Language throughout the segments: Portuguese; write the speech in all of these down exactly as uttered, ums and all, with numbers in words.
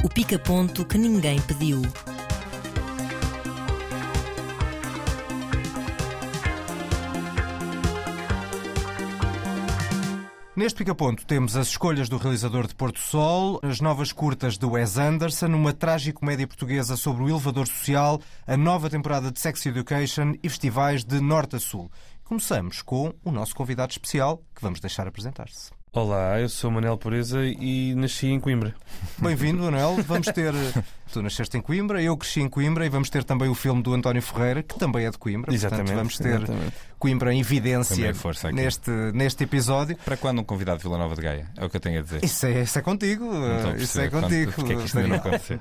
O pica-ponto que ninguém pediu. Neste pica-ponto temos as escolhas do realizador de Porto Sol, as novas curtas de Wes Anderson, uma tragicomédia portuguesa sobre o elevador social, a nova temporada de Sex Education e festivais de norte a sul. Começamos com o nosso convidado especial, que vamos deixar apresentar-se. Olá, eu sou Manuel Pureza e nasci em Coimbra. Bem-vindo, Manuel. Vamos ter... Tu nasceste em Coimbra, eu cresci em Coimbra e vamos ter também o filme do António Ferreira, que também é de Coimbra. Exatamente. Portanto, vamos ter exatamente. Coimbra em evidência força aqui. neste, neste episódio. Para quando um convidado de Vila Nova de Gaia? É o que eu tenho a dizer. Isso é, isso é contigo. Isso é contigo. Porque é que isto ainda não aconteceu?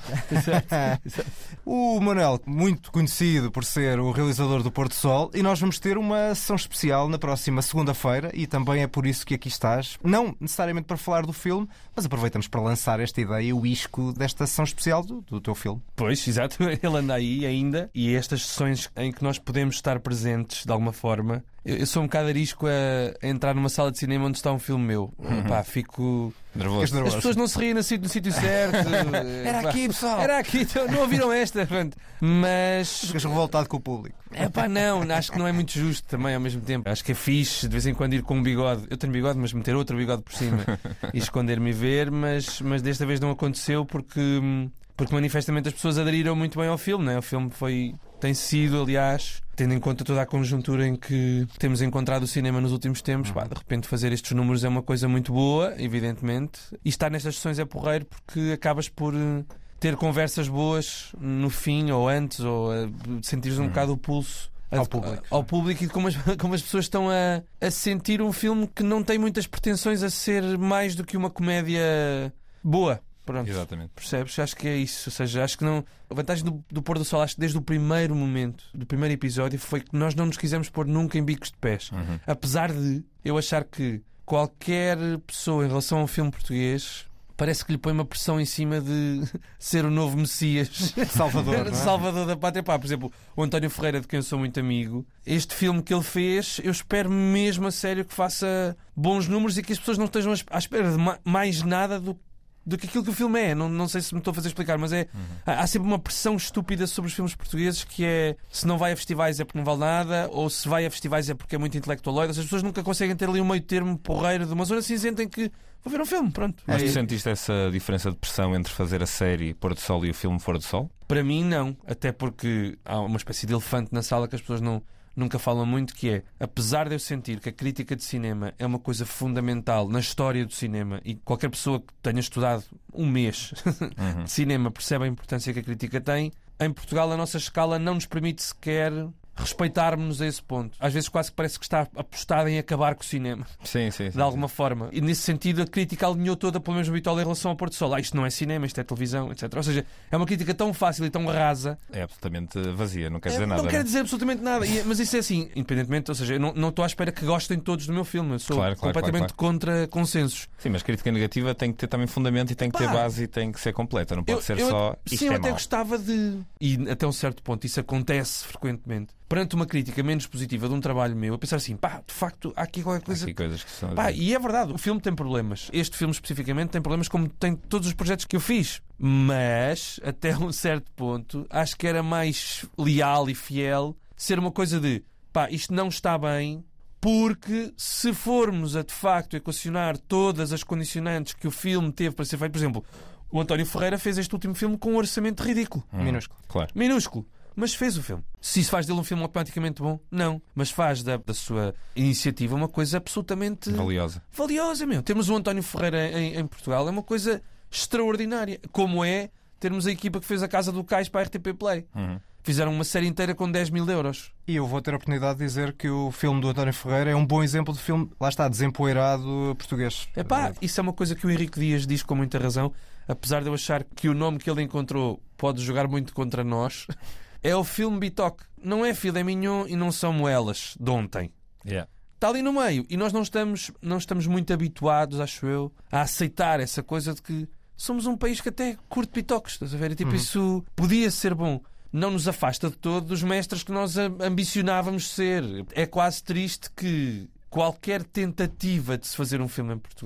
O Manuel, muito conhecido por ser o realizador do Porto Sol, e nós vamos ter uma sessão especial na próxima segunda-feira e também é por isso que aqui estás. Não necessariamente para falar do filme, mas aproveitamos para lançar esta ideia, o isco desta sessão especial do, do teu filme. Pois, exato. Ele anda aí ainda e estas sessões em que nós podemos estar presentes de alguma forma. Eu, eu sou um bocado arisco a, a entrar numa sala de cinema onde está um filme meu. Uhum. Pá, fico... Nervoso. As pessoas não se riem no sítio, no sítio certo. Era Pá, aqui, pessoal. Era aqui, então, não ouviram esta. Pronto. Mas... Ficas revoltado com o público. É pá, não, acho que não é muito justo também ao mesmo tempo. Acho que é fixe de vez em quando ir com um bigode. Eu tenho bigode, mas meter outro bigode por cima e esconder-me e ver, mas, mas desta vez não aconteceu porque, porque manifestamente as pessoas aderiram muito bem ao filme, né? O filme foi, tem sido, aliás, tendo em conta toda a conjuntura em que temos encontrado o cinema nos últimos tempos, pá, de repente fazer estes números é uma coisa muito boa, evidentemente, e estar nestas sessões é porreiro porque acabas por ter conversas boas no fim ou antes, ou uh, sentires um uhum. bocado o pulso ao a, público, ao público e de como as, como as pessoas estão a, a sentir um filme que não tem muitas pretensões a ser mais do que uma comédia boa. Pronto. Exatamente. Percebes? Acho que é isso. Ou seja, acho que não. A vantagem do, do Pôr do Sol, acho que desde o primeiro momento, do primeiro episódio, foi que nós não nos quisemos pôr nunca em bicos de pés. Uhum. Apesar de eu achar que qualquer pessoa em relação a um filme português parece que lhe põe uma pressão em cima de ser o novo Messias. Salvador, não é? Salvador da pátria. Pá, por exemplo, o António Ferreira, de quem eu sou muito amigo, este filme que ele fez, eu espero mesmo a sério que faça bons números e que as pessoas não estejam à espera de mais nada do do que aquilo que o filme é. Não, não sei se me estou a fazer explicar, mas é, uhum. há, há sempre uma pressão estúpida sobre os filmes portugueses que é, se não vai a festivais é porque não vale nada, ou se vai a festivais é porque é muito intelectualoide. As pessoas nunca conseguem ter ali um meio termo porreiro de uma zona cinzenta em que vou ver um filme, pronto. Mas tu é, sentiste essa diferença de pressão entre fazer a série Pôr do Sol e o filme Fora do Sol? Para mim não, até porque há uma espécie de elefante na sala que as pessoas não nunca falam muito, que é, apesar de eu sentir que a crítica de cinema é uma coisa fundamental na história do cinema, e qualquer pessoa que tenha estudado um mês uhum. de cinema percebe a importância que a crítica tem, em Portugal a nossa escala não nos permite sequer respeitarmos-nos a esse ponto. Às vezes quase que parece que está apostado em acabar com o cinema. Sim, sim, sim, de alguma sim. forma. E nesse sentido a crítica alinhou toda pela mesma bitola em relação ao Porto Sol. Ah, isto não é cinema, isto é televisão, etcétera. Ou seja, é uma crítica tão fácil e tão rasa. É absolutamente vazia, não quer É, dizer nada. Não quer né? dizer absolutamente nada. E, mas isso é assim, independentemente, ou seja, eu não, não estou à espera que gostem todos do meu filme. Eu sou claro, claro, completamente claro, claro. contra consensos. Sim, mas crítica negativa tem que ter também fundamento e tem que Pá, ter base e tem que ser completa. Não pode eu, ser eu, só isto sim, é eu até mau. gostava de... E até um certo ponto isso acontece frequentemente. Perante uma crítica menos positiva de um trabalho meu, a pensar assim, pá, de facto, há aqui qualquer coisa... Há aqui coisas que são... Pá, e é verdade, o filme tem problemas. Este filme especificamente tem problemas como tem todos os projetos que eu fiz. Mas, até um certo ponto, acho que era mais leal e fiel ser uma coisa de, pá, isto não está bem, porque se formos a, de facto, equacionar todas as condicionantes que o filme teve para ser feito, por exemplo, o António Ferreira fez este último filme com um orçamento ridículo. Hum, Minúsculo. Claro. Minúsculo. Mas fez o filme. Se isso faz dele um filme automaticamente bom, não. Mas faz da, da sua iniciativa uma coisa absolutamente... Valiosa. Valiosa, meu. Temos o António Ferreira em, em Portugal. É uma coisa extraordinária. Como é termos a equipa que fez a Casa do Cais para a R T P Play. Uhum. Fizeram uma série inteira com dez mil euros. E eu vou ter a oportunidade de dizer que o filme do António Ferreira é um bom exemplo de filme, lá está, desempoeirado português. Epá, isso é uma coisa que o Henrique Dias diz com muita razão, apesar de eu achar que o nome que ele encontrou pode jogar muito contra nós. É o filme Bitoque. Não é filé mignon e não são moelas de ontem. Yeah. Está ali no meio. E nós não estamos, não estamos muito habituados, acho eu, a aceitar essa coisa de que somos um país que até curte bitoques. Estás a ver? E, tipo, Uhum. isso podia ser bom. Não nos afasta de todo dos mestres que nós ambicionávamos ser. É quase triste que qualquer tentativa de se fazer um filme em Portugal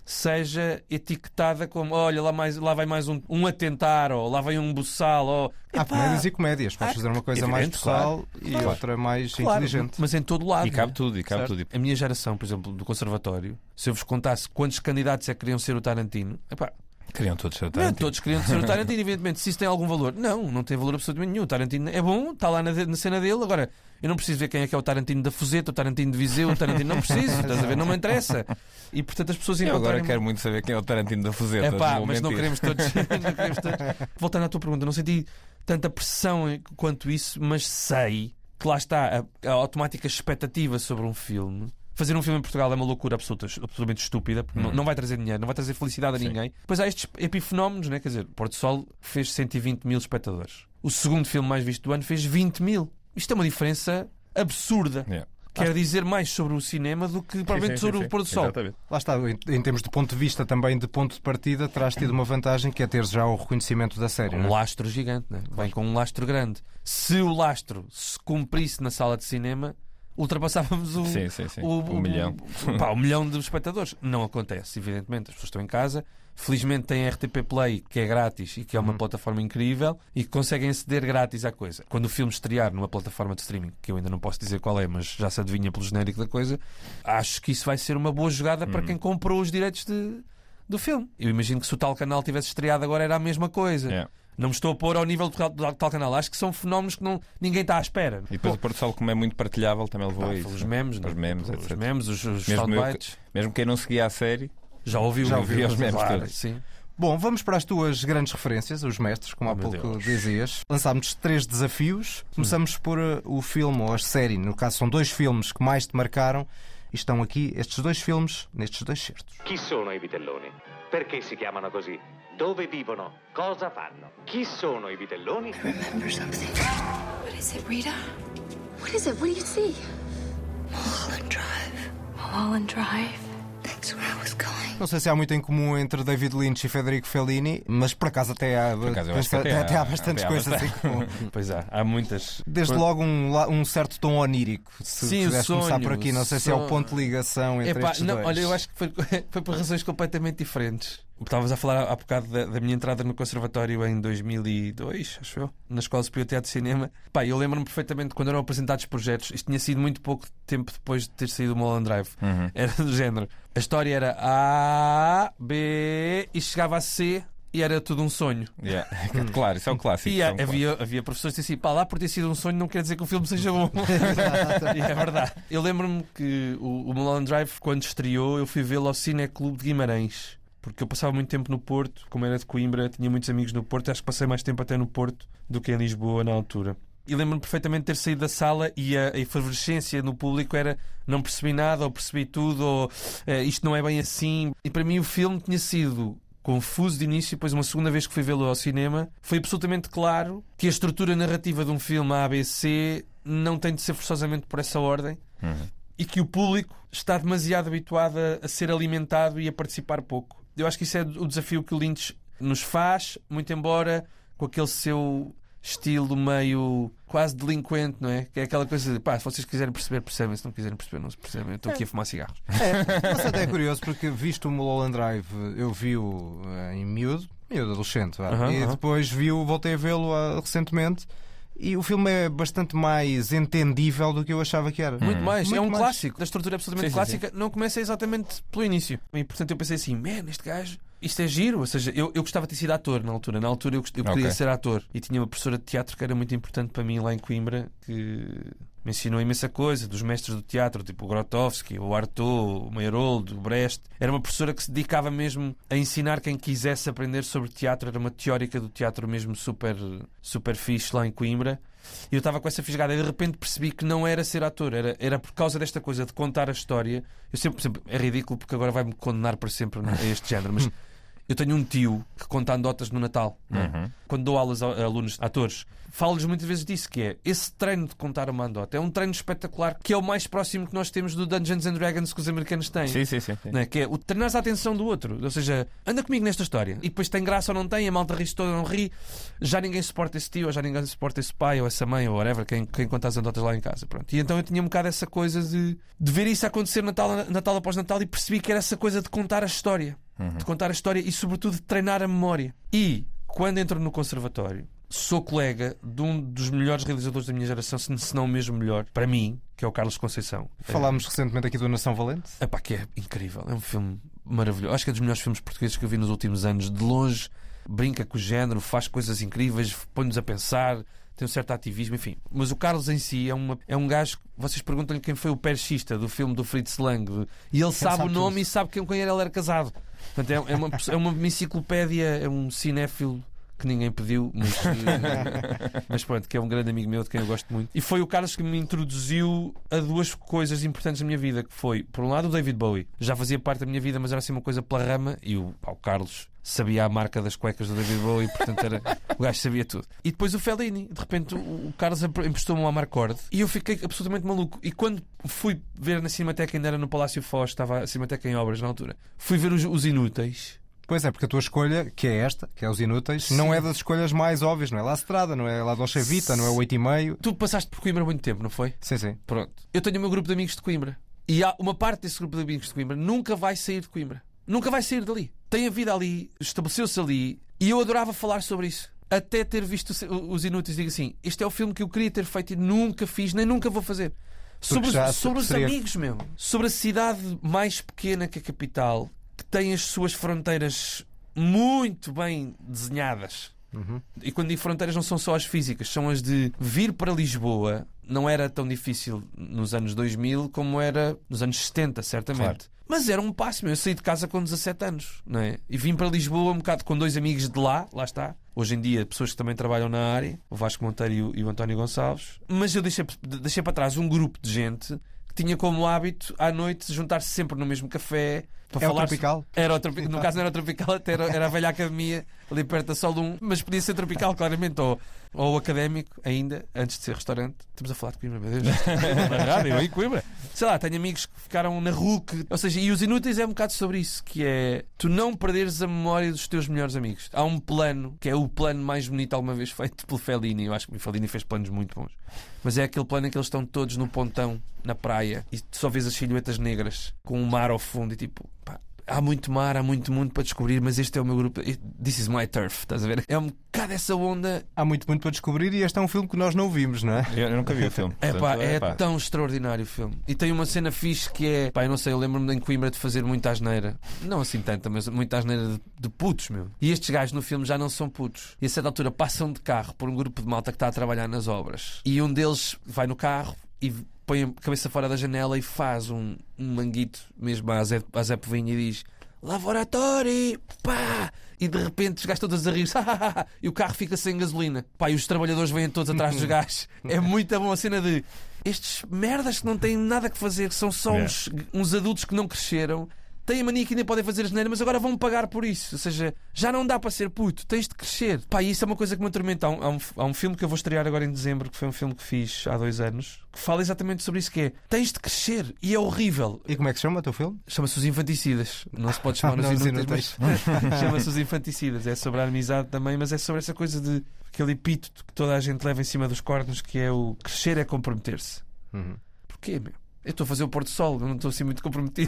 seja etiquetada como olha, lá, mais, lá vai mais um, um a tentar, ou lá vem um buçal, ou... Há Epá, comédias e comédias. Podes ah, fazer uma coisa evidente, mais pessoal claro, e claro. outra mais claro, inteligente. mas em todo lado. E cabe né? tudo, e cabe Certo. tudo. A minha geração, por exemplo, do conservatório, se eu vos contasse quantos candidatos é que queriam ser o Tarantino, epá, Queriam todos ser não, Tarantino. todos queriam ser o Tarantino, evidentemente. Se isso tem algum valor, não, não tem valor absolutamente nenhum. O Tarantino é bom, está lá na, na cena dele. Agora, eu não preciso ver quem é que é o Tarantino da Fuseta, o Tarantino de Viseu, o Tarantino, não preciso, estás a ver? Não me interessa. E portanto as pessoas Eu encontrarem... agora quero muito saber quem é o Tarantino da Fuseta. É pá, vou mas não mentir. queremos todos. não queremos todos. Voltando à tua pergunta, não senti tanta pressão quanto isso, mas sei que lá está a, a automática expectativa sobre um filme. Fazer um filme em Portugal é uma loucura absoluta, absolutamente estúpida, porque Hum. não, não vai trazer dinheiro, não vai trazer felicidade a Sim. ninguém. Depois há estes epifenómenos, né? Quer dizer, Porto Sol fez cento e vinte mil espectadores. O segundo filme mais visto do ano fez vinte mil. Isto é uma diferença absurda. Yeah. Quer dizer mais sobre o cinema do que provavelmente Sim, sim, sobre sim, o Pôr do sim. Sol. Exatamente. Lá está, em, em termos de ponto de vista também de ponto de partida, terás tido uma vantagem que é ter já o reconhecimento da série. Um não é? lastro gigante, né? Vem com um lastro grande. Se o lastro se cumprisse na sala de cinema, ultrapassávamos o, Sim, sim, sim. o, Um milhão. o, pá, o milhão de espectadores. Não acontece, evidentemente. As pessoas estão em casa. Felizmente tem a R T P Play, que é grátis e que é uma Hum. plataforma incrível e que conseguem aceder grátis à coisa. Quando o filme estrear numa plataforma de streaming, que eu ainda não posso dizer qual é, mas já se adivinha pelo genérico da coisa, acho que isso vai ser uma boa jogada para Hum. quem comprou os direitos de, do filme. Eu imagino que se o tal canal tivesse estreado agora era a mesma coisa. Yeah. Não me estou a pôr ao nível do tal, do tal canal. Acho que são fenómenos que não, ninguém está à espera. E depois o Porto Sol, como é muito partilhável, também levou Pá, a isso. os né? memes, não? Os memes, os etcétera. memes, os, os Mesmo, eu, soundbites. mesmo quem não seguia a série, Já ouviu, Já ouviu ouviu os os memes memes todos. Sim. Bom, vamos para as tuas grandes referências, os mestres, como Oh, há meu pouco Deus. dizias. Lançámos três desafios. Começamos por uh, o filme ou a série. No caso, são dois filmes que mais te marcaram. E estão aqui estes dois filmes nestes dois certos. Chi sono i vitelloni? Perché si chiamano così? Dove vivono? Cosa fanno? Chi sono i vitelloni? Remember something. What is it, Rita? What is it? What do you see? Mulholland Drive. Mulholland Drive. That's where I was going. Não sei se há muito em comum entre David Lynch e Federico Fellini, mas por acaso até há, acaso eu acho que até, até há- até há bastantes até há coisas em comum. Pois há, há muitas. Desde Quando- logo um, la- um certo tom onírico. Se Sim, o quiseres começar sonho, por aqui, não sei se é son- o ponto de ligação entre Epá, estes não, dois. olha, eu acho que foi, foi por razões completamente diferentes. Estavas a falar há bocado da, da minha entrada no conservatório em dois mil e dois, acho eu, na Escola Superior de Teatro e Cinema. Pá, eu lembro-me perfeitamente quando eram apresentados projetos. Isto tinha sido muito pouco tempo depois de ter saído o Mulholland Drive. Uhum. Era do género. A história era A, B e chegava a C e era tudo um sonho. yeah. claro, isso é um clássico. E isso é há- um clássico. havia, havia professores que diziam assim, pá, lá por ter sido um sonho não quer dizer que o filme seja bom. E é verdade. Eu lembro-me que o, o Mulholland Drive, quando estreou, eu fui vê-lo ao Cineclube de Guimarães. Porque eu passava muito tempo no Porto, como era de Coimbra, tinha muitos amigos no Porto, acho que passei mais tempo até no Porto do que em Lisboa na altura. E lembro-me perfeitamente de ter saído da sala e a, a efervescência no público era não percebi nada, ou percebi tudo, ou eh, isto não é bem assim. E para mim o filme tinha sido confuso de início, depois uma segunda vez que fui vê-lo ao cinema, foi absolutamente claro que a estrutura narrativa de um filme A B C não tem de ser forçosamente por essa ordem. Uhum. E que o público está demasiado habituado a, a ser alimentado e a participar pouco. Eu acho que isso é o desafio que o Lynch nos faz, muito embora com aquele seu estilo meio quase delinquente, não é? Que é aquela coisa de, pá, se vocês quiserem perceber, percebem. Se não quiserem perceber, não se percebem. Eu estou aqui a fumar cigarros. É, mas até é curioso porque visto o Mulholland Drive, eu vi-o eh, em miúdo, miúdo adolescente, vá. Aham, e aham. depois vi-o, voltei a vê-lo ah, recentemente. E o filme é bastante mais entendível do que eu achava que era. Muito mais. Muito é um mais. clássico. Da estrutura absolutamente Sim, sim, clássica. Não começa exatamente pelo início. E portanto eu pensei assim, man, este gajo, isto é giro. Ou seja, eu, eu gostava de ter sido ator na altura. Na altura eu, gost- eu queria Ok. ser ator. E tinha uma professora de teatro que era muito importante para mim lá em Coimbra, que me ensinou imensa coisa, dos mestres do teatro, tipo o Grotowski, o Artaud, o Meyerhold, o Brecht. Era uma professora que se dedicava mesmo a ensinar quem quisesse aprender sobre teatro. Era uma teórica do teatro mesmo super, super fixe lá em Coimbra. E eu estava com essa fisgada e de repente percebi que não era ser ator, era, era por causa desta coisa de contar a história. Eu sempre, sempre é ridículo porque agora vai-me condenar para sempre a este género, mas eu tenho um tio que conta anedotas no Natal. Não é? Uhum. Quando dou aulas a a alunos, a atores, falo-lhes muitas vezes disso, que é esse treino de contar uma anedota. É um treino espetacular que é o mais próximo que nós temos do Dungeons and Dragons que os americanos têm. Sim, sim, sim. sim. Não é? Que é o treinar a atenção do outro. Ou seja, anda comigo nesta história. E depois tem graça ou não tem, a malta ri-se toda ou não ri. Já ninguém suporta esse tio, ou já ninguém suporta esse pai, ou essa mãe, ou whatever, quem, quem conta as anedotas lá em casa. Pronto. E então eu tinha um bocado essa coisa de, de ver isso acontecer Natal, Natal após Natal e percebi que era essa coisa de contar a história. Uhum. De contar a história e, sobretudo, de treinar a memória. E, quando entro no conservatório, sou colega de um dos melhores realizadores da minha geração, se não o mesmo melhor, para mim, que é o Carlos Conceição. Falámos é... recentemente aqui do Nação Valente. Epá, que é incrível. É um filme maravilhoso. Acho que é dos melhores filmes portugueses que eu vi nos últimos anos. De longe, brinca com o género, faz coisas incríveis, põe-nos a pensar, tem um certo ativismo, enfim. Mas o Carlos em si é, uma, é um gajo que vocês perguntam-lhe quem foi o perchista do filme do Fritz Lang, e ele sabe, sabe o nome tudo. E sabe com quem ele era casado. Portanto, é, é, uma, é uma enciclopédia, é um cinéfilo que ninguém pediu, mas, mas pronto, que é um grande amigo meu de quem eu gosto muito. E foi o Carlos que me introduziu a duas coisas importantes na minha vida, que foi, por um lado, o David Bowie. Já fazia parte da minha vida, mas era assim uma coisa pela rama, e o, pá, o Carlos sabia a marca das cuecas do David Bowie, portanto era, o gajo sabia tudo. E depois o Fellini. De repente o, o Carlos emprestou-me um Amarcord e eu fiquei absolutamente maluco. E quando fui ver na Cinemateca, ainda era no Palácio Foz, estava a Cinemateca em obras na altura, fui ver os, os Inúteis. Pois é, porque a tua escolha, que é esta, que é Os Inúteis, Sim. não é das escolhas mais óbvias, não é La Strada, não é La Dolce Vita, não é o oito e meio. Tu passaste por Coimbra há muito tempo, não foi? Sim, sim. Pronto. Eu tenho o meu grupo de amigos de Coimbra. E há uma parte desse grupo de amigos de Coimbra nunca vai sair de Coimbra. Nunca vai sair dali. Tem a vida ali, estabeleceu-se ali, e eu adorava falar sobre isso. Até ter visto Os Inúteis, digo assim, este é o filme que eu queria ter feito e nunca fiz, nem nunca vou fazer. Sobre, os, sobre os seria... amigos, meu. Sobre a cidade mais pequena que a capital, que tem as suas fronteiras muito bem desenhadas. Uhum. E quando digo fronteiras, não são só as físicas, são as de vir para Lisboa. Não era tão difícil nos anos dois mil como era nos anos setenta, certamente. Claro. Mas era um passo, meu. Eu saí de casa com dezassete anos, não é? E vim para Lisboa um bocado com dois amigos de lá, lá está. Hoje em dia, pessoas que também trabalham na área, o Vasco Monteiro e o, e o António Gonçalves. Mas eu deixei, deixei para trás um grupo de gente que tinha como hábito, à noite, juntar-se sempre no mesmo café. É o Tropical? Era o tropi... No caso não era o Tropical, até era, era a velha academia ali perto da Sol um, mas podia ser Tropical, claramente, ou, ou académico ainda, antes de ser restaurante. Estamos a falar de Coimbra, meu Deus. Na rádio, em Coimbra. Sei lá, tenho amigos que ficaram na R U C. Ou seja, e Os Inúteis é um bocado sobre isso, que é tu não perderes a memória dos teus melhores amigos. Há um plano, que é o plano mais bonito alguma vez feito pelo Fellini. Eu acho que o Fellini fez planos muito bons. Mas é aquele plano em que eles estão todos no pontão, na praia, e só vês as silhuetas negras com o mar ao fundo e tipo, pá, há muito mar, há muito mundo para descobrir, mas este é o meu grupo. This is my turf, estás a ver? É um bocado essa onda. Há muito mundo para descobrir e este é um filme que nós não vimos, não é? Eu, eu nunca vi o filme. É pá, é, é pá. tão extraordinário o filme. E tem uma cena fixe que é, pá, eu não sei, eu lembro-me em Coimbra de fazer muita asneira. Não assim tanta, mas muita asneira de, de putos, meu. E estes gajos no filme já não são putos. E a certa altura passam de carro por um grupo de malta que está a trabalhar nas obras. E um deles vai no carro e põe a cabeça fora da janela e faz um, um manguito mesmo a Zé, a Zé Povinho e diz: Lavoratório, pá! E de repente os gajos todos a rir e o carro fica sem gasolina. Pá, e os trabalhadores vêm todos atrás dos gajos. É muito bom a cena de estes merdas que não têm nada que fazer, que são só uns, uns adultos que não cresceram, têm a mania que ainda podem fazer asneira, mas agora vão pagar por isso. Ou seja, já não dá para ser puto, tens de crescer. Pá, e isso é uma coisa que me atormenta. Há um, há, um, há um filme que eu vou estrear agora em dezembro, que foi um filme que fiz há dois anos, que fala exatamente sobre isso, que é tens de crescer. E é horrível. E como é que se chama o teu filme? Chama-se Os Infanticidas. Não se pode chamar Os Inúteis, mas chama-se Os Infanticidas. É sobre a amizade também, mas é sobre essa coisa de aquele epíteto que toda a gente leva em cima dos cornos, que é o crescer é comprometer-se. Uhum. Porquê, meu? Eu estou a fazer o Porto Sol, eu não estou assim muito comprometido.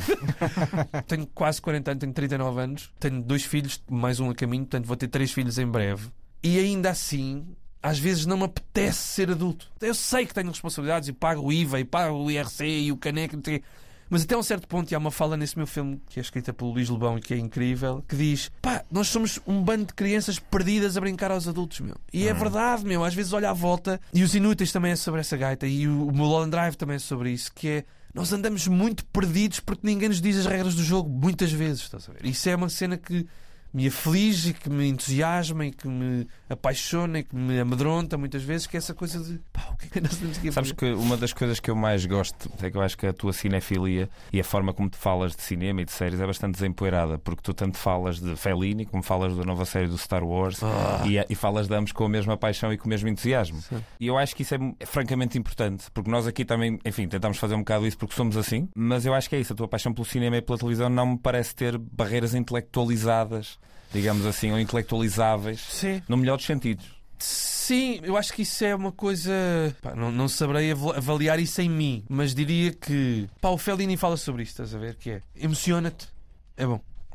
Tenho quase quarenta anos, tenho trinta e nove anos, tenho dois filhos, mais um a caminho, portanto vou ter três filhos em breve. E ainda assim, às vezes não me apetece ser adulto. Eu sei que tenho responsabilidades e pago o I V A e pago o I R C e o caneco, não sei. Mas até um certo ponto, e há uma fala nesse meu filme, que é escrita pelo Luís Lebão e que é incrível, que diz: pá, nós somos um bando de crianças perdidas a brincar aos adultos, meu. E é hum. verdade, meu. Às vezes olha à volta, e Os Inúteis também é sobre essa gaita, e o Mulholland Drive também é sobre isso, que é, nós andamos muito perdidos porque ninguém nos diz as regras do jogo, muitas vezes, estás a ver? Isso é uma cena que me aflige, que me entusiasma e que me apaixona e que me amedronta muitas vezes, que é essa coisa de pá, o que é que nós temos que Sabes que uma das coisas que eu mais gosto é que eu acho que a tua cinefilia e a forma como tu falas de cinema e de séries é bastante desempoeirada, porque tu tanto falas de Fellini como falas da nova série do Star Wars ah. e, e falas de ambos com a mesma paixão e com o mesmo entusiasmo. Sim. E eu acho que isso é, é francamente importante, porque nós aqui também, enfim, tentamos fazer um bocado isso porque somos assim, mas eu acho que é isso, a tua paixão pelo cinema e pela televisão não me parece ter barreiras intelectualizadas, digamos assim, ou intelectualizáveis. Sim. No melhor dos sentidos. Sim, eu acho que isso é uma coisa... Pá, não, não saberei avaliar isso em mim, mas diria que... Pá, o Fellini fala sobre isto, estás a ver? Que é, emociona-te, é bom. Yeah.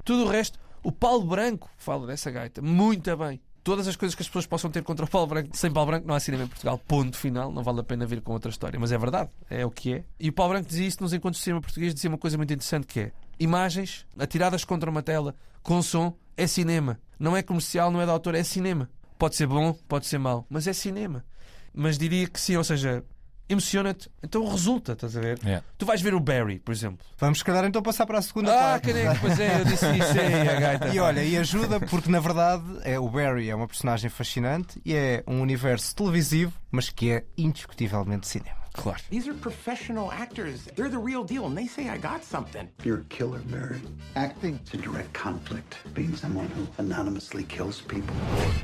Tudo o resto, o Paulo Branco fala dessa gaita muito bem. Todas as coisas que as pessoas possam ter contra o Paulo Branco, sem Paulo Branco não há cinema em Portugal, ponto final, não vale a pena vir com outra história, mas é verdade, é o que é. E o Paulo Branco dizia isto nos encontros de cinema português, dizia uma coisa muito interessante que é: imagens atiradas contra uma tela, com som, é cinema. Não é comercial, não é de autor, é cinema. Pode ser bom, pode ser mau, mas é cinema. Mas diria que sim, ou seja, emociona-te, então resulta, estás a ver? Yeah. Tu vais ver o Barry, por exemplo. Vamos, se calhar, então passar para a segunda Ah, parte. caneco, pois é, eu disse isso aí, a gaita. E olha, e ajuda porque na verdade é, o Barry é uma personagem fascinante e é um universo televisivo, mas que é indiscutivelmente cinema. Claro. These are professional actors. They're the real deal, and they say I got something. You're a killer, Barry. Acting is a direct conflict. Being someone who anonymously kills people.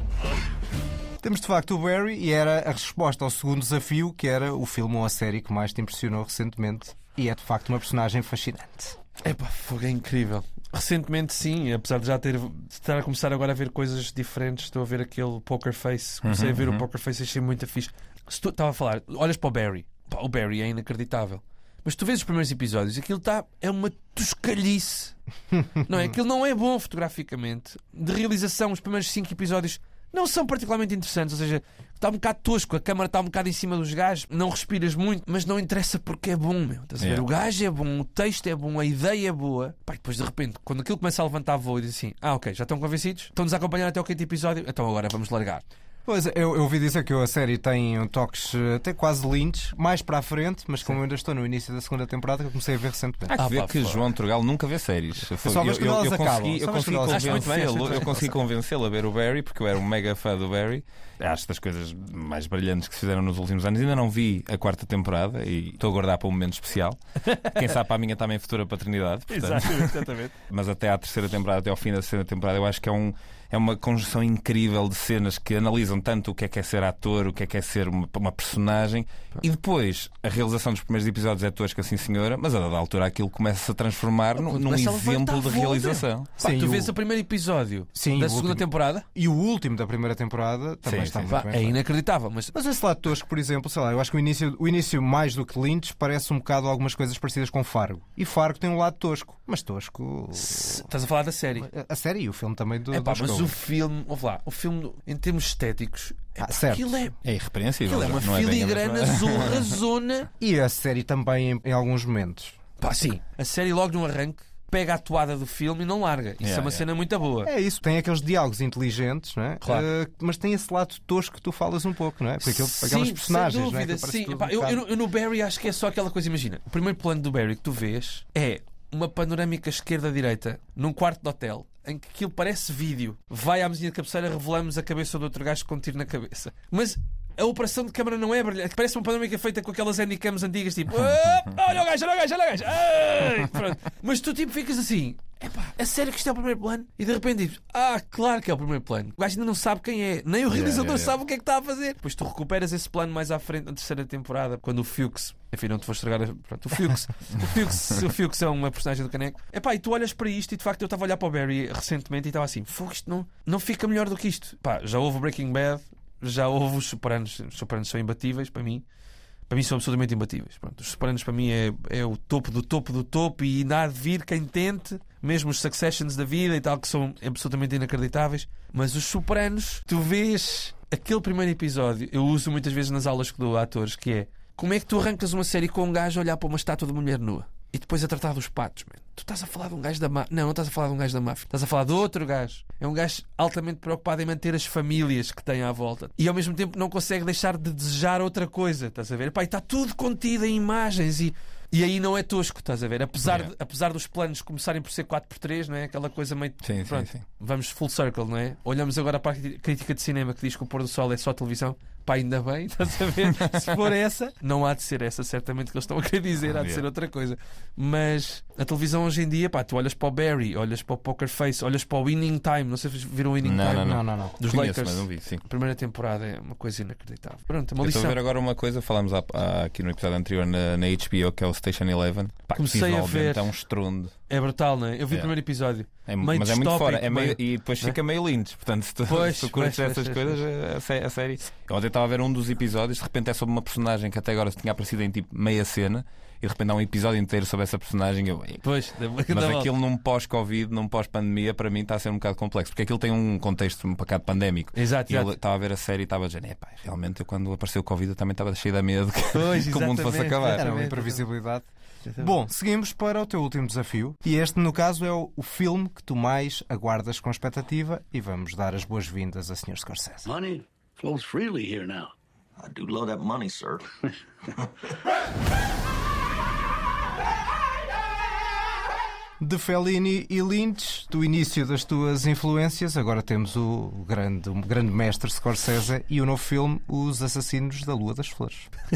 Temos de facto o Barry e era a resposta ao segundo desafio, que era o filme ou a série que mais te impressionou recentemente. E é de facto uma personagem fascinante. Epá, foi incrível. Recentemente sim, apesar de já ter de estar a começar agora a ver coisas diferentes, estou a ver aquele Poker Face. Comecei Uhum, a ver uhum. o Poker Face e achei muito fixe. Se tu estava a falar, olhas para o Barry, pá, o Barry é inacreditável. Mas tu vês os primeiros episódios, aquilo está é uma toscalhice. Não é? Aquilo não é bom fotograficamente. De realização, os primeiros cinco episódios não são particularmente interessantes, ou seja, está um bocado tosco, a câmara está um bocado em cima dos gajos, não respiras muito, mas não interessa porque é bom, meu. Estás a ver? Yeah. O gajo é bom, o texto é bom, a ideia é boa. Pá, e depois de repente, quando aquilo começa a levantar voo e diz assim: ah, ok, já estão convencidos? Estão-nos a acompanhar até o quinto episódio? Então agora vamos largar. Pois, eu, eu ouvi dizer que a série tem toques até quase lindos, mais para a frente, mas como eu ainda estou no início da segunda temporada, que eu comecei a ver recentemente. Há que Ah, ver pá, que fora. João Turgal nunca vê séries. Foi- só vejo eu, quando eu, elas eu acabam. consegui, Só eu vejo consegui quando elas acabam. Acho muito bem, convencê-lo acho eu muito consegui bem. convencê-lo a ver o Barry, porque eu era um mega fã do Barry. Acho das coisas mais brilhantes que se fizeram nos últimos anos. Ainda não vi a quarta temporada e estou a guardar para um momento especial. Quem sabe para a minha também futura paternidade. Portanto. Exatamente. Mas até à terceira temporada, até ao fim da terceira temporada, eu acho que é, um, é uma conjunção incrível de cenas que analisam tanto o que é que é ser ator, o que é que é ser uma, uma personagem, e depois a realização dos primeiros episódios é tosca, sim senhora, mas a dada altura aquilo começa-se a transformar num, num Começa a levantar exemplo de voo, realização. Pá, Sim, tu o- vês o primeiro episódio Sim, da o segunda último. temporada? E o último da primeira temporada também Sim, está sim. muito Pá, bem é feito. inacreditável, mas Mas esse lado tosco, por exemplo, sei lá, eu acho que o início, o início mais do que lindos parece um bocado algumas coisas parecidas com Fargo. E Fargo tem um lado tosco, mas tosco... estás a falar da série. A série e o filme também do, É pá, dos mas Coen. o filme, ouve lá, o filme em termos estéticos, é, Ah, pá, certo. aquilo é, É irrepreensível. aquilo é uma não é bem a filigrana mesma- zorra, zona. E a série também em, em alguns momentos. Pá, sim, a série logo no arranque pega a toada do filme e não larga. Isso Yeah, é uma yeah. cena muito boa. É isso, tem aqueles diálogos inteligentes, não é? Claro. Eh, mas tem esse lado tosco que tu falas um pouco, não é? Porque aquele, Sim, aquelas personagens, sem não é? dúvida, Que parece sim. tudo Epá, um eu, bocado- eu- eu no Barry acho que é só aquela coisa, imagina, o primeiro plano do Barry que tu vês é uma panorâmica esquerda-direita num quarto de hotel em que aquilo parece vídeo. Vai à mesinha de cabeceira, revelamos a cabeça do outro gajo com um tiro na cabeça. Mas a operação de câmara não é brilhante. Parece uma panorâmica feita com aquelas handycams antigas, tipo, "Ah, olha o gajo, olha o gajo, olha o gajo. Ai!" Pronto. Mas tu tipo ficas assim, epá, é sério que isto é o primeiro plano? E de repente dizes, ah, claro que é o primeiro plano. O gajo ainda não sabe quem é, nem o realizador yeah, yeah. sabe o que é que está a fazer. Depois tu recuperas esse plano mais à frente na terceira temporada, quando o Fuchs, enfim, não te vou estragar. a- Pronto, o Fuchs, o Fuchs, o Fuchs é uma personagem do Caneco. Epá, e tu olhas para isto e de facto eu estava a olhar para o Barry recentemente e estava assim, fogo, isto não, não fica melhor do que isto. Pá, já houve o Breaking Bad, já houve os Sopranos. Os Sopranos são imbatíveis para mim. Para mim são absolutamente imbatíveis. Pronto, os Sopranos para mim é, é o topo do topo do topo e ainda há de vir quem tente, mesmo os Successions da vida e tal, que são absolutamente inacreditáveis. Mas os Sopranos, tu vês aquele primeiro episódio, eu uso muitas vezes nas aulas que dou a atores, que é como é que tu arrancas uma série com um gajo a olhar para uma estátua de mulher nua e depois a tratar dos patos, man. Tu estás a falar de um gajo da máfia. Não, não estás a falar de um gajo da máfia. Estás a falar de outro gajo. É um gajo altamente preocupado em manter as famílias que tem à volta. E ao mesmo tempo não consegue deixar de desejar outra coisa. Estás a ver? Pá, e está tudo contido em imagens e... E aí não é tosco, estás a ver? Apesar, Yeah. de, apesar dos planos começarem por ser quatro por três, não é? Aquela coisa meio... Sim, sim, Pronto, sim. vamos full circle, não é? Olhamos agora para a cri- crítica de cinema que diz que o pôr do sol é só televisão. Pá, ainda bem, estás a ver? Se for essa, não há de ser essa, certamente que eles estão a querer dizer, há de ser outra coisa. Mas a televisão hoje em dia, pá, tu olhas para o Barry, olhas para o Poker Face, olhas para o Winning Time, não sei se viram o Winning Não, Time não, Não, não, não. dos Conheço, Lakers. mas não vi, sim. A primeira temporada é uma coisa inacreditável. Pronto, uma Eu estou lição. a ver agora uma coisa, falámos há- há- aqui no episódio anterior na, na H B O, que é o Station Eleven. Pá, Comecei a visualmente ver. é um estrondo. É brutal, não é? Eu vi o Yeah. primeiro episódio. É, meio mas é muito fora. É meio, meio... e depois fica meio lindo. Portanto, se tu, Pois, se tu curtes pois, essas pois, coisas, pois. A, sé- a série. Eu ontem estava a ver um dos episódios, de repente é sobre uma personagem que até agora tinha aparecido em tipo meia cena, e de repente há um episódio inteiro sobre essa personagem. Eu, Pois, mas aquilo num pós-Covid, num pós-pandemia, para mim está a ser um bocado complexo, porque aquilo tem um contexto um bocado pandémico. Exato, E exato. eu estava a ver a série e estava a dizer, epá, realmente eu, quando apareceu o Covid eu também estava cheio de medo que, Pois, que o mundo fosse exatamente, acabar. Era uma Exatamente. imprevisibilidade. Bom, seguimos para o teu último desafio. E este, no caso, é o, o filme que tu mais aguardas com expectativa. E vamos dar as boas-vindas a senhor Scorsese. Money flows freely here now. I do love that money, sir. De Fellini e Lynch, do início das tuas influências, agora temos o grande, o grande mestre Scorsese e o novo filme Os Assassinos da Lua das Flores.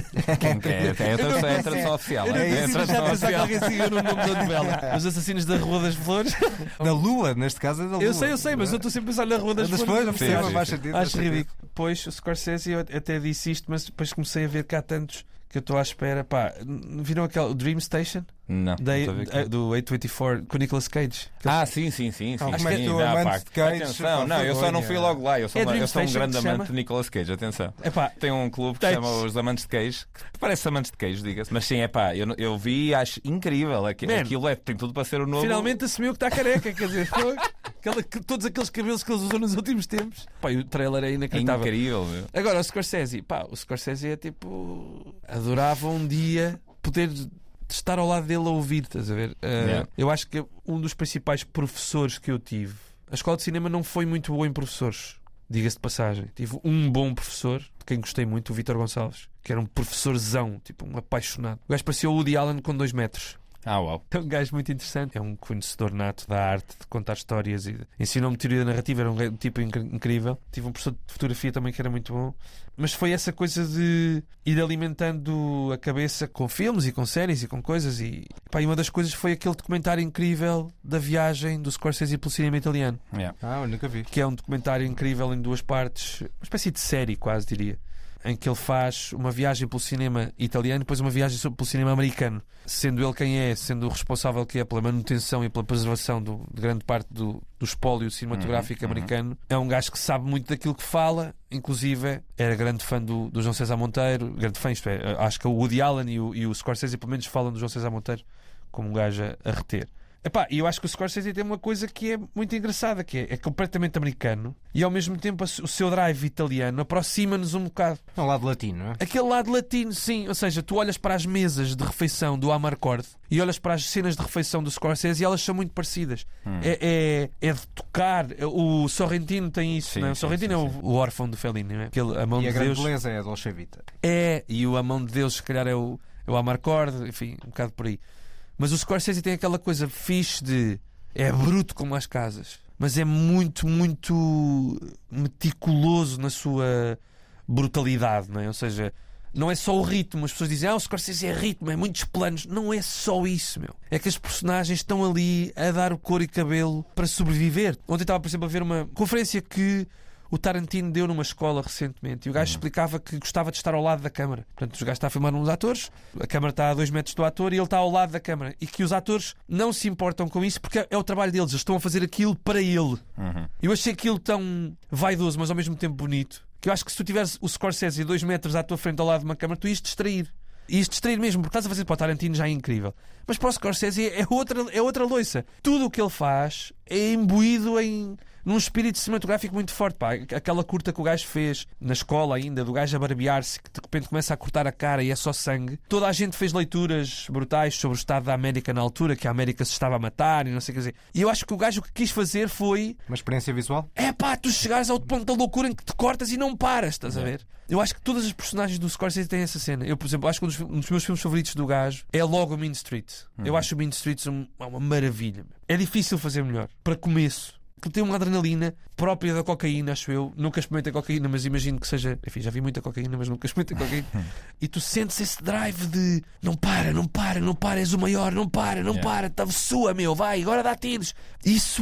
É, é, a tradução- é a tradução oficial. Eu não é a consigo tradução já pensar que oficial. alguém siga no nome da novela. Os Assassinos da Rua das Flores. Da Lua, neste caso é da Lua. Eu sei, eu sei, mas eu estou sempre a pensar na Rua das, Das Flores. Flores, não sim, percebo. sim, faz sentido, faz Acho sentido. ridículo. Pois, o Scorsese, eu até disse isto, mas depois comecei a ver que há tantos que eu estou à espera. Pá, viram aquele o Dream Station? Não, Da, não estou a ver aqui. eh, do oito vinte e quatro com Nicolas Cage. Ah, sim, sim, sim. sim, como sim. é que tu, Não, amante pá, de Cage, atenção, pá, não, eu só não fui vergonha. logo lá. Eu sou, É uma- Dream eu sou um Station grande que se amante chama? de Nicolas Cage, atenção. Epá, Tem um clube que Tens. se chama Os Amantes de Queijo, que parece Amantes de Queijo, diga-se. Mas sim, é pá, eu, eu vi e acho incrível. Aqui- Man, Aquilo é, tem tudo para ser o novo. finalmente assumiu que está careca, quer dizer, foi aquela, que- todos aqueles cabelos que eles usam nos últimos tempos. Pá, e o trailer é É inacreditável. incrível, meu. Agora, o Scorsese, pá, o Scorsese é tipo. Adorava um dia poder estar ao lado dele a ouvir, estás a ver? Uh, Yeah. Eu acho que um dos principais professores que eu tive. A escola de cinema não foi muito boa em professores, diga-se de passagem. Tive um bom professor, de quem gostei muito, o Vítor Gonçalves, que era um professorzão, tipo um apaixonado. O gajo parecia o Woody Allen com dois metros. Ah, uau. É um gajo muito interessante. É um conhecedor nato da arte, de contar histórias e ensinou-me teoria da narrativa. Era um re- tipo inc- incrível. Tive um professor de fotografia também que era muito bom. Mas foi essa coisa de ir alimentando a cabeça com filmes e com séries e com coisas. E, pá, e uma das coisas foi aquele documentário incrível da viagem do Scorsese pelo cinema italiano, Yeah. Ah, eu nunca vi. que é um documentário incrível em duas partes, uma espécie de série, quase diria, em que ele faz uma viagem pelo cinema italiano e depois uma viagem sobre- pelo cinema americano, sendo ele quem é, sendo o responsável que é pela manutenção e pela preservação do- de grande parte do, do espólio cinematográfico Uhum, uhum. americano. É um gajo que sabe muito daquilo que fala, inclusive era grande fã do, do João César Monteiro, grande fã, isto é, acho que o Woody Allen e o, e o Scorsese pelo menos falam do João César Monteiro como um gajo a, a reter. Epá, e eu acho que o Scorsese tem uma coisa que é muito engraçada, que é, é completamente americano e ao mesmo tempo a su- o seu drive italiano aproxima-nos um bocado. É um lado latino, não é? Aquele lado latino, sim. Ou seja, tu olhas para as mesas de refeição do Amarcord e olhas para as cenas de refeição do Scorsese e elas são muito parecidas. Hum. É, é, é de tocar. O Sorrentino tem isso, Sim, não é? O sim, Sorrentino sim, é o, o órfão do Fellini, não é? Aquele, a mão E a de grande Deus. beleza é a Dolce Vita. É, e o A Mão de Deus, se calhar, é o, é o Amarcord, enfim, um bocado por aí. Mas o Scorsese tem aquela coisa fixe de. É bruto como as casas, mas é muito, muito meticuloso na sua brutalidade, não é? Ou seja, não é só o ritmo. As pessoas dizem, ah, o Scorsese é ritmo, é muitos planos. Não é só isso, meu. É que as personagens estão ali a dar o couro e cabelo para sobreviver. Ontem estava, por exemplo, a ver uma conferência que o Tarantino deu numa escola recentemente e o gajo explicava que gostava de estar ao lado da câmara. Portanto, o gajo está a filmar uns atores, a câmara está a dois metros do ator e ele está ao lado da câmara. E que os atores não se importam com isso porque é o trabalho deles. Eles estão a fazer aquilo para ele. Uhum. Eu achei aquilo tão vaidoso, mas ao mesmo tempo bonito, que eu acho que se tu tivesse o Scorsese dois metros à tua frente ao lado de uma câmara, tu ias distrair. Ias distrair mesmo, porque estás a fazer para o Tarantino já é incrível. Mas para o Scorsese é outra, é outra loiça. Tudo o que ele faz é imbuído em... num espírito cinematográfico muito forte, pá. Aquela curta que o gajo fez na escola ainda, do gajo a barbear-se, que de repente começa a cortar a cara e é só sangue. Toda a gente fez leituras brutais sobre o estado da América na altura, que a América se estava a matar e não sei o que dizer. E eu acho que o gajo o que quis fazer foi... Uma experiência visual? É pá, tu chegares ao ponto da loucura em que te cortas e não paras, estás a ver? Eu acho que todas as personagens do Scorsese têm essa cena. Eu, por exemplo, acho que um dos, um dos meus filmes favoritos do gajo é logo o Mean Streets. Eu acho o Mean Streets um, uma maravilha. É difícil fazer melhor. Para começo. Que tem uma adrenalina própria da cocaína, acho eu. Nunca experimentei cocaína, mas imagino que seja... Enfim, já vi muita cocaína, mas nunca experimentei cocaína. E tu sentes esse drive de... Não para, não para, não para, és o maior, não para, não Yeah. para. Tá, sua, meu, vai, agora dá tiros. Isso é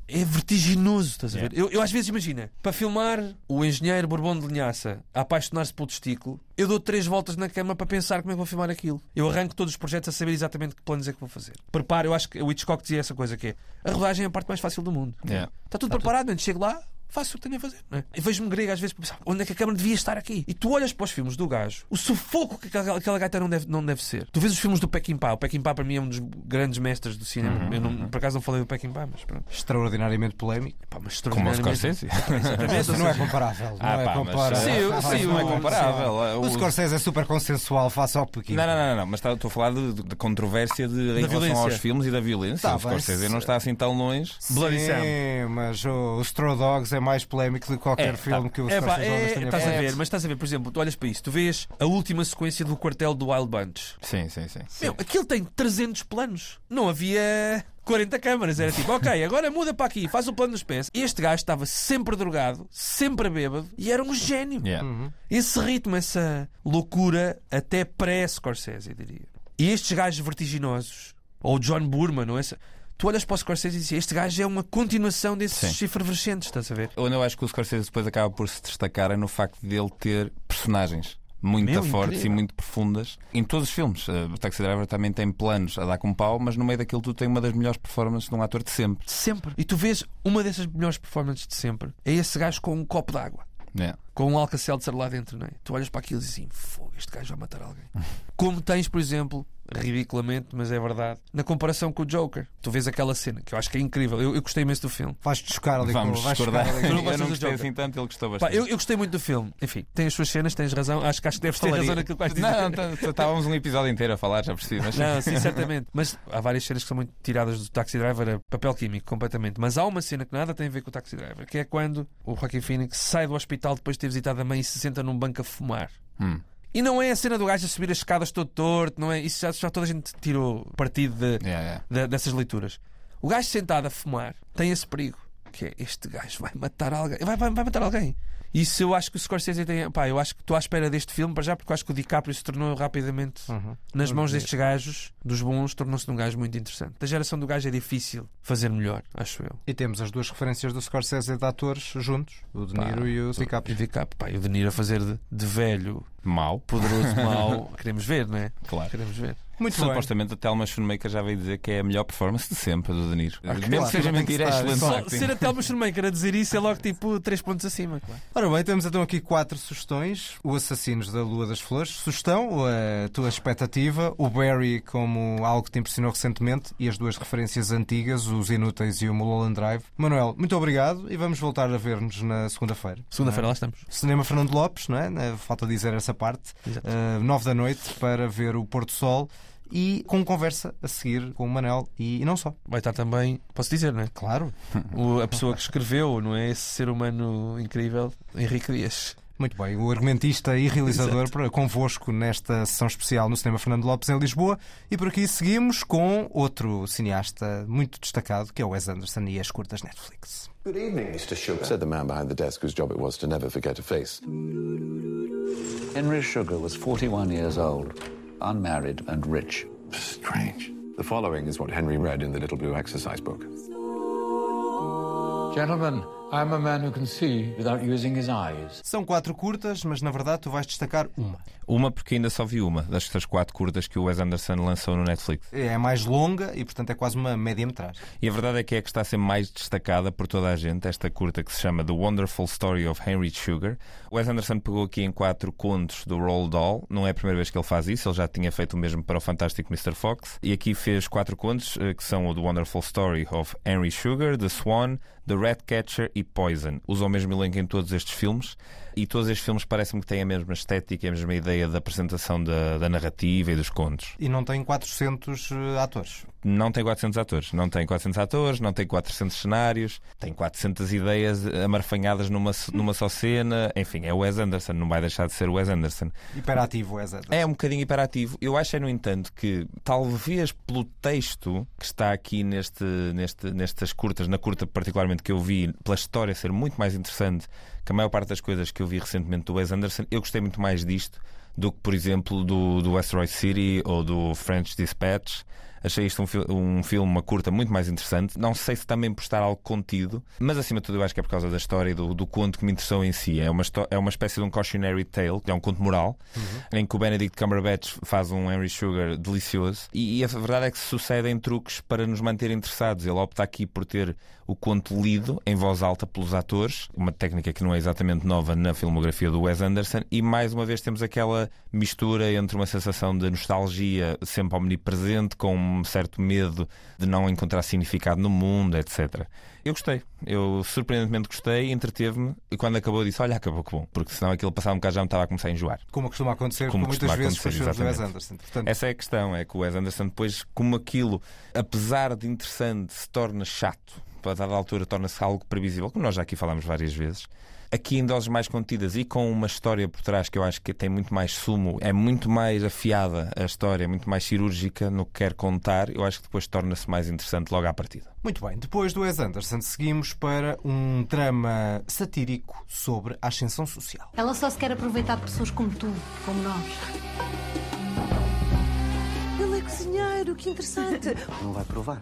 é vertiginoso, estás a ver? Eu, eu às vezes, imagina, para filmar o engenheiro Bourbon de Linhaça a apaixonar-se pelo testículo, eu dou três voltas na cama para pensar como é que vou filmar aquilo. Eu arranco todos os projetos a saber exatamente que planos é que vou fazer. Preparo, eu acho que o Hitchcock dizia essa coisa que é: a rodagem é a parte mais fácil do mundo. Yeah. Está tudo Está preparado, tudo... chego lá, faço o que tenho a fazer. Não é? E vejo-me grego às vezes para pensar onde é que a câmara devia estar aqui. E tu olhas para os filmes do gajo, o sufoco que aquela, aquela gaita não deve, não deve ser. Tu vês os filmes do Peckinpah. O Peckinpah para mim é um dos grandes mestres do cinema. Uhum, eu não, uhum. Por acaso não falei do Peckinpah, mas pronto. Extraordinariamente polémico. Pá, mas Como o Scorsese. Exatamente. Não é comparável. Não ah, é pá, comparável. Sim, sim, não é comparável. O, o Scorsese é super consensual face ao Pequim. Não, não, não, não, mas estou a falar de, de controvérsia de, em relação violência. aos filmes e da violência. Tá, o Scorsese não está assim tão longe. Sim, mas o, o Straw Dogs é mais polémico do que qualquer é, filme tá. que o é, Scorsese é, tenha estás a ver, mas estás a ver, por exemplo, tu olhas para isso, tu vês a última sequência do quartel do Wild Bunch. Sim, sim, sim. Meu, aquilo tem trezentos planos. Não havia quarenta câmaras. Era tipo, ok, agora muda para aqui, faz o plano dos pés. Este gajo estava sempre drogado, sempre bêbado e era um gênio. Yeah. Uhum. Esse ritmo, essa loucura, até pré-Scorsese, eu diria. E estes gajos vertiginosos, ou John Boorman, ou essa... Tu olhas para o Scorsese e dizes: este gajo é uma continuação desses efervescentes, estás a ver? Onde eu acho que o Scorsese depois acaba por se destacar é no facto de ele ter personagens muito Meu, fortes incrível. e muito profundas em todos os filmes. O Taxi Driver também tem planos a dar com pau, mas no meio daquilo tudo tem uma das melhores performances de um ator de sempre. Sempre. E tu vês uma dessas melhores performances de sempre. É esse gajo com um copo de água. Yeah. Com um Alka-Seltzer lá dentro, não é? Tu olhas para aquilo e dizes assim: fogo, este gajo vai matar alguém. Como tens, por exemplo, ridiculamente, mas é verdade, na comparação com o Joker, tu vês aquela cena que eu acho que é incrível. Eu, eu gostei imenso do filme. Vais-te chocar ali. Vamos com... discordar. Vais eu não, eu não gostei assim tanto, ele gostou bastante. Pá, eu, eu gostei muito do filme. Enfim, tem as suas cenas, tens razão. Acho que, acho que deves ter razão naquilo que vais dizer. Não, não, estávamos um episódio inteiro a falar, já percebi. Mas... Não, sim, certamente. Mas há várias cenas que são muito tiradas do Taxi Driver a papel químico, completamente. Mas há uma cena que nada tem a ver com o Taxi Driver, que é quando o Joaquin Phoenix sai do hospital depois de ter visitado a mãe e se senta num banco a fumar. Hum. E não é a cena do gajo a subir as escadas todo torto, não é? Isso já, já toda a gente tirou partido de, yeah, yeah. de, dessas leituras. O gajo sentado a fumar tem esse perigo, que é: este gajo vai matar alguém. Vai, vai, vai matar alguém. Isso eu acho que o Scorsese tem. Pá, eu acho que estou à espera deste filme para já, porque eu acho que o DiCaprio se tornou rapidamente uhum. nas mãos destes gajos, dos bons, tornou-se um gajo muito interessante. Da geração do gajo é difícil fazer melhor, acho eu. E temos as duas referências do Scorsese de atores juntos, o De Niro pá, e o DiCaprio. E o DiCaprio, pá, e o De Niro a fazer de, de velho, mau, poderoso mau. Queremos ver, não é? Claro. Queremos ver. Muito Supostamente bem. a Thelma Schoonmaker já veio dizer que é a melhor performance de sempre do De Niro. Ah, Mesmo claro, que seja mentira, é excelente. Só ser a Thelma Schoonmaker a dizer isso é logo tipo três pontos acima. Claro. Ora bem, temos então aqui quatro sugestões. O Assassinos da Lua das Flores, sugestão, a tua expectativa, o Barry como algo que te impressionou recentemente e as duas referências antigas, os Inúteis e o Mulholland Drive. Manuel, muito obrigado e vamos voltar a ver-nos na segunda-feira. Segunda-feira é? Lá estamos. Cinema Fernando Lopes, não é? Falta dizer essa parte. Uh, nove da noite para ver o Pôr do Sol. E com conversa a seguir com o Manel e, e não só. Vai estar também, posso dizer, não é? Claro. O, a pessoa que escreveu, não é? Esse ser humano incrível, Henrique Dias. Muito bem, o argumentista e realizador para, convosco nesta sessão especial no Cinema Fernando Lopes em Lisboa. E por aqui seguimos com outro cineasta muito destacado, que é o Wes Anderson e as curtas Netflix. Good evening, mister Sugar, said the man behind the desk whose job it was to never forget a face. Henry Sugar was forty-one years old, unmarried and rich. Strange. The following is what Henry read in the Little Blue Exercise Book. Gentlemen, I'm a man who can see without using his eyes. São quatro curtas, mas na verdade tu vais destacar uma. Uma porque ainda só vi uma destas quatro curtas que o Wes Anderson lançou no Netflix. É mais longa e, portanto, é quase uma média-metragem. E a verdade é que é que está a ser mais destacada por toda a gente, esta curta que se chama The Wonderful Story of Henry Sugar. O Wes Anderson pegou aqui em quatro contos do Roald Dahl. Não é a primeira vez que ele faz isso, ele já tinha feito o mesmo para o fantástico mister Fox. E aqui fez quatro contos, que são o The Wonderful Story of Henry Sugar, The Swan, The Ratcatcher e Poison. Usa o mesmo elenco em todos estes filmes. E todos estes filmes parecem que têm a mesma estética, a mesma ideia da apresentação da, da narrativa e dos contos. E não tem quatrocentos uh, atores. Não tem quatrocentos atores. Não tem quatrocentos atores, não tem quatrocentos cenários, tem quatrocentas ideias amarfanhadas numa, numa só cena. Enfim, é o Wes Anderson, não vai deixar de ser o Wes Anderson. Hiperativo, Wes Anderson. É um bocadinho hiperativo. Eu acho, é, no entanto, que talvez pelo texto que está aqui neste, neste, nestas curtas, na curta particularmente que eu vi, pela história ser muito mais interessante que a maior parte das coisas que eu vi recentemente do Wes Anderson, eu gostei muito mais disto do que, por exemplo, do, do Asteroid City ou do French Dispatch. Achei isto um, fi- um filme, uma curta muito mais interessante. Não sei se também por estar algo contido, mas acima de tudo eu acho que é por causa da história e do, do conto que me interessou em si. É uma, histó- é uma espécie de um cautionary tale, que é um conto moral, uhum. em que o Benedict Cumberbatch faz um Henry Sugar delicioso. E, e a verdade é que se sucedem truques para nos manter interessados. Ele opta aqui por ter o conto lido em voz alta pelos atores, uma técnica que não é exatamente nova na filmografia do Wes Anderson, e mais uma vez temos aquela mistura entre uma sensação de nostalgia sempre omnipresente, com um certo medo de não encontrar significado no mundo, etcétera. Eu gostei, eu surpreendentemente gostei, entreteve-me, e quando acabou disse, olha, acabou que bom, porque senão aquilo passado um bocado já me estava a começar a enjoar. Como costuma acontecer como muitas costuma vezes com os filmes do Wes exatamente. Anderson. Portanto... Essa é a questão, é que o Wes Anderson depois, como aquilo, apesar de interessante, se torna chato, a dada altura torna-se algo previsível, como nós já aqui falámos várias vezes. Aqui em doses mais contidas e com uma história por trás que eu acho que tem muito mais sumo, é muito mais afiada a história, muito mais cirúrgica no que quer contar, eu acho que depois torna-se mais interessante logo à partida. Muito bem, depois do Wes Anderson seguimos para um drama satírico sobre a ascensão social. Ela só se quer aproveitar de pessoas como tu, como nós. Ele é cozinheiro, que interessante. Não vai provar?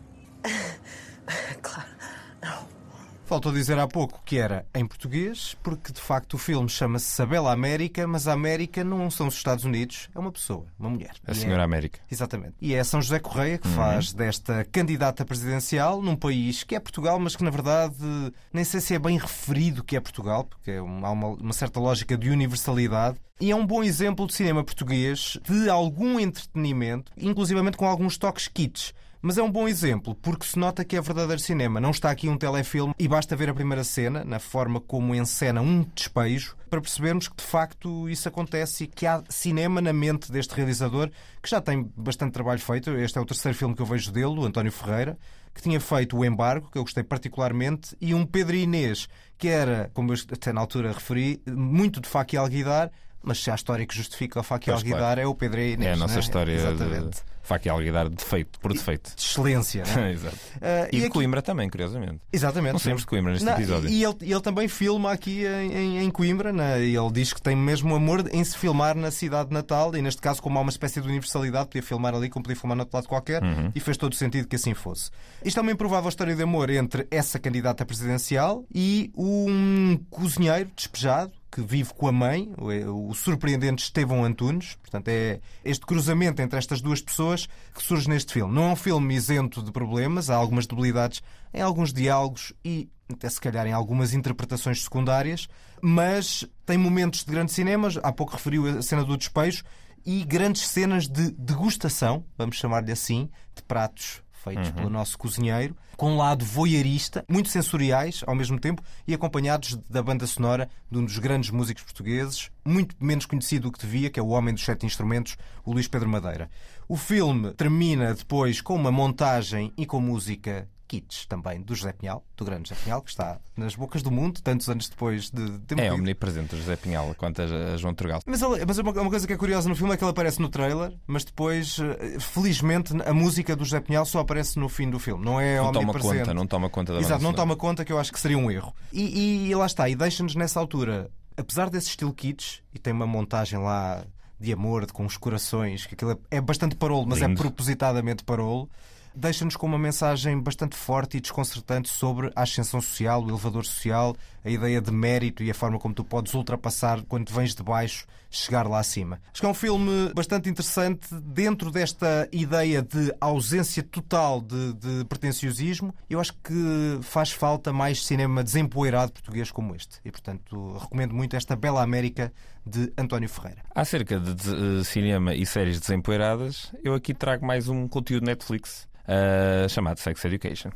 Claro, não. Faltou dizer há pouco que era em português, porque de facto o filme chama-se A Bela América, mas a América não são os Estados Unidos, é uma pessoa, uma mulher. A Senhora é... América. Exatamente. E é São José Correia que uhum. faz desta candidata presidencial num país que é Portugal, mas que na verdade nem sei se é bem referido que é Portugal, porque é uma, há uma, uma certa lógica de universalidade. E é um bom exemplo de cinema português, de algum entretenimento, inclusivamente com alguns toques kits. Mas é um bom exemplo, porque se nota que é verdadeiro cinema. Não está aqui um telefilme e basta ver a primeira cena, na forma como encena um despejo, para percebermos que de facto isso acontece e que há cinema na mente deste realizador, que já tem bastante trabalho feito. Este é o terceiro filme que eu vejo dele, o António Ferreira, que tinha feito O Embargo, que eu gostei particularmente, e um Pedro Inês, que era, como eu até na altura referi, muito de faca e alguidar, mas se há a história que justifica a faca e alguidar claro. É o Pedro Inês. É a nossa né? história Exatamente. de faca e alguidar de defeito, por defeito. De excelência, não é? Exato. Uh, e, e de aqui... Coimbra também, curiosamente. Exatamente. Não sabemos de Coimbra neste não, episódio. E ele, ele também filma aqui em, em, em Coimbra, né? E ele diz que tem mesmo amor em se filmar na cidade natal, e neste caso, como há uma espécie de universalidade, podia filmar ali como podia filmar no outro lado qualquer, uhum. e fez todo o sentido que assim fosse. Isto é uma improvável história de amor entre essa candidata presidencial e um cozinheiro despejado, que vive com a mãe, o surpreendente Estevão Antunes. Portanto, é este cruzamento entre estas duas pessoas que surge neste filme. Não é um filme isento de problemas, há algumas debilidades em alguns diálogos e até se calhar em algumas interpretações secundárias, mas tem momentos de grande cinema, há pouco referiu a cena do despejo, e grandes cenas de degustação, vamos chamar-lhe assim, de pratos feitos uhum. pelo nosso cozinheiro, com um lado voyeurista, muito sensoriais ao mesmo tempo e acompanhados da banda sonora de um dos grandes músicos portugueses, muito menos conhecido do que devia, que é o homem dos sete instrumentos, o Luís Pedro Madeira. O filme termina depois com uma montagem e com música kits também do José Pinhal, do grande José Pinhal, que está nas bocas do mundo, tantos anos depois de... de é omnipresente o José Pinhal, quanto a João Turgal. Mas, ele, mas uma, uma coisa que é curiosa no filme é que ele aparece no trailer, mas depois, felizmente, a música do José Pinhal só aparece no fim do filme. Não é não omnipresente. Toma conta, não toma conta da Exato, não sonora. toma conta, que eu acho que seria um erro. E, e, e lá está, e deixa-nos nessa altura, apesar desse estilo kits, e tem uma montagem lá de amor, de, com os corações, que aquilo é, é bastante parolo, mas Lindo. É propositadamente parolo, deixa-nos com uma mensagem bastante forte e desconcertante sobre a ascensão social, o elevador social, a ideia de mérito e a forma como tu podes ultrapassar quando vens de baixo, chegar lá acima. Acho que é um filme bastante interessante dentro desta ideia de ausência total de, de pretenciosismo. Eu acho que faz falta mais cinema desempoeirado português como este. E, portanto, recomendo muito esta Bela América de António Ferreira. Acerca de, de, de cinema e séries desempoeiradas, eu aqui trago mais um conteúdo Netflix uh, chamado Sex Education.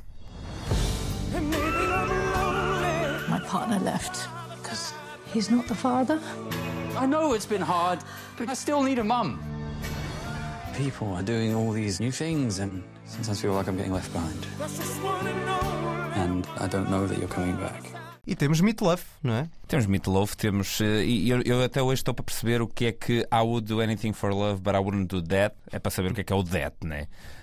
My partner left because he's not the father. I know it's been hard, but I still need a mum. People are doing all these new things and sometimes feel like I'm getting left behind. And I don't know that you're coming back. E temos Meat Loaf, não é? Temos Meat Loaf, temos... E eu, eu até hoje estou para perceber o que é que I would do anything for love, but I wouldn't do that. É para saber o que é que é o that, né?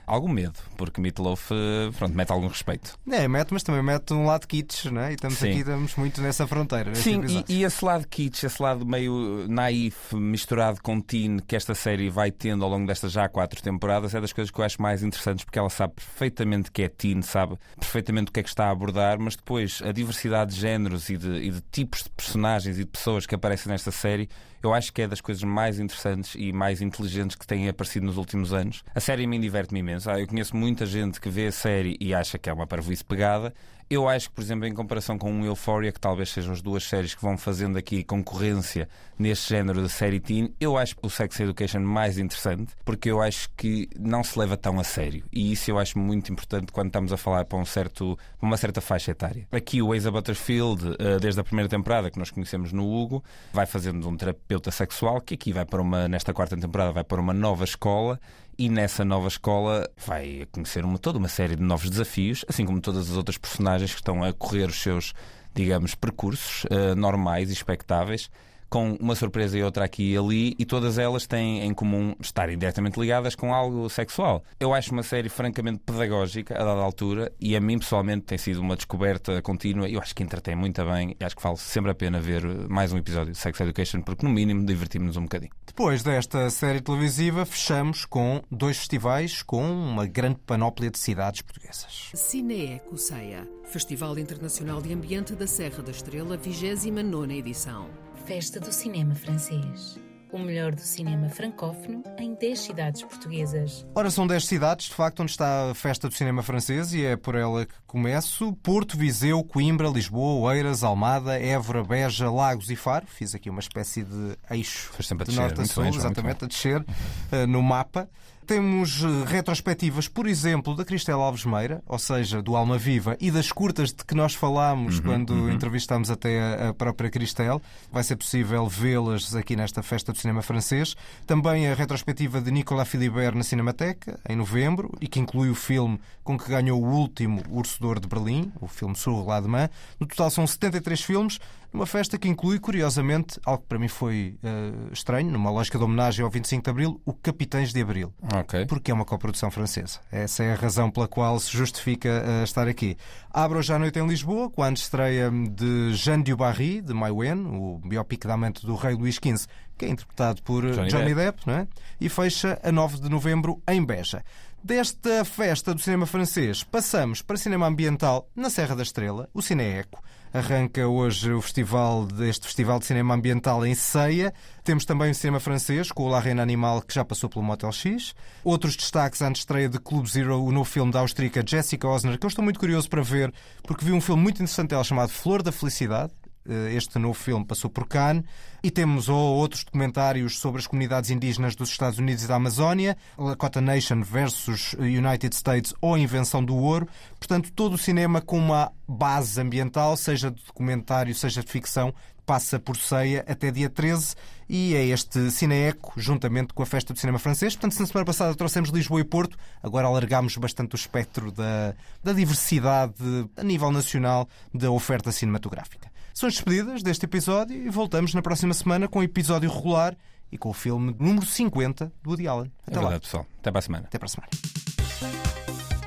algum medo, porque Meatloaf, pronto, mete algum respeito. É, mete, mas também mete um lado kitsch, não é? E estamos Sim. aqui, estamos muito nessa fronteira. Sim, e, e esse lado kitsch, esse lado meio naif, misturado com teen, que esta série vai tendo ao longo destas já quatro temporadas, é das coisas que eu acho mais interessantes, porque ela sabe perfeitamente que é teen, sabe perfeitamente o que é que está a abordar, mas depois a diversidade de géneros e de, e de tipos de personagens e de pessoas que aparecem nesta série, eu acho que é das coisas mais interessantes e mais inteligentes que têm aparecido nos últimos anos. A série a mim diverte-me imenso. Eu conheço muita gente que vê a série e acha que é uma parvoíce pegada. Eu acho que, por exemplo, em comparação com um Euphoria, que talvez sejam as duas séries que vão fazendo aqui concorrência neste género de série teen, eu acho o Sex Education mais interessante, porque eu acho que não se leva tão a sério. E isso eu acho muito importante quando estamos a falar para, um certo, para uma certa faixa etária. Aqui o Asa Butterfield, desde a primeira temporada, que nós conhecemos no Hugo, vai fazendo um terapeuta sexual, que aqui vai para uma, nesta quarta temporada, vai para uma nova escola. E nessa nova escola vai conhecer uma, toda uma série de novos desafios, assim como todas as outras personagens que estão a correr os seus, digamos, percursos uh, normais e expectáveis, com uma surpresa e outra aqui e ali, e todas elas têm em comum estarem diretamente ligadas com algo sexual. Eu acho uma série francamente pedagógica a dada altura, e a mim pessoalmente tem sido uma descoberta contínua. Eu acho que entretém muito bem e acho que vale sempre a pena ver mais um episódio de Sex Education, porque no mínimo divertimos-nos um bocadinho. Depois desta série televisiva, fechamos com dois festivais com uma grande panóplia de cidades portuguesas. Cineeco Ceia, Festival Internacional de Ambiente da Serra da Estrela, vigésima nona edição. Festa do Cinema Francês. O melhor do cinema francófono em dez cidades portuguesas. Ora, são dez cidades, de facto, onde está a Festa do Cinema Francês, e é por ela que começo. Porto, Viseu, Coimbra, Lisboa, Oeiras, Almada, Évora, Beja, Lagos e Faro. Fiz aqui uma espécie de eixo Faz sempre a de descer, norte a sul, bem, exatamente, a descer uh, no mapa. Temos retrospectivas, por exemplo, da Cristela Alves Meira, ou seja, do Alma Viva, e das curtas de que nós falámos uhum, quando uhum. entrevistámos até a própria Cristela. Vai ser possível vê-las aqui nesta Festa do Cinema Francês. Também a retrospectiva de Nicolas Philibert na Cinemateca, em novembro, e que inclui o filme com que ganhou o último Urso de Ouro de Berlim, o filme Sur la Demain. No total são setenta e três filmes, numa festa que inclui, curiosamente, algo que para mim foi uh, estranho, numa lógica de homenagem ao vinte e cinco de Abril, o Capitães de Abril. Okay. Porque é uma coprodução francesa. Essa é a razão pela qual se justifica uh, estar aqui. Abre hoje à noite em Lisboa, com a estreia de Jeanne du Barry, de Mai Wen, o biopic da amante do rei Luís quinze, que é interpretado por Johnny, Johnny Depp, Depp, não é? E fecha a nove de novembro em Beja. Desta Festa do Cinema Francês, passamos para cinema ambiental na Serra da Estrela, o Cineeco. Arranca hoje o festival deste Festival de Cinema Ambiental em Ceia. Temos também o cinema francês, com o La Reine Animal, que já passou pelo Motel X. Outros destaques à estreia de Club Zero, o novo filme da austríaca Jessica Osner, que eu estou muito curioso para ver, porque vi um filme muito interessante dela chamado Flor da Felicidade. Este novo filme passou por Cannes. E temos ou outros documentários sobre as comunidades indígenas dos Estados Unidos e da Amazónia, Lakota Nation versus United States ou a Invenção do Ouro. Portanto, todo o cinema com uma base ambiental, seja de documentário, seja de ficção, passa por Ceia até dia treze, e é este Cineeco, juntamente com a Festa do Cinema Francês. Portanto, se na semana passada trouxemos Lisboa e Porto, agora alargámos bastante o espectro da, da diversidade a nível nacional da oferta cinematográfica. São as despedidas deste episódio e voltamos na próxima semana com o episódio regular e com o filme número cinquenta do Woody Allen. Até é lá. Verdade, pessoal. Até para a semana. Até para a semana.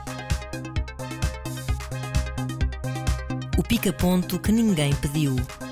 O pica-ponto que ninguém pediu.